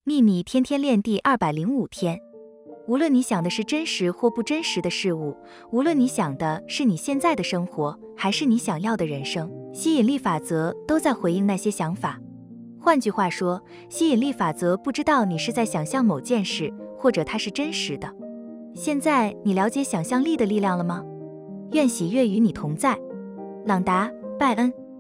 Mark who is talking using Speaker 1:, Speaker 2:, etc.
Speaker 1: 秘密天天练第205天。无论你想的是真实或不真实的事物，无论你想的是你现在的生活，还是你想要的人生，吸引力法则都在回应那些想法。换句话说，吸引力法则不知道你是在想象某件事，或者它是真实的。现在你了解想象力的力量了吗？愿喜悦与你同在。朗达·拜恩。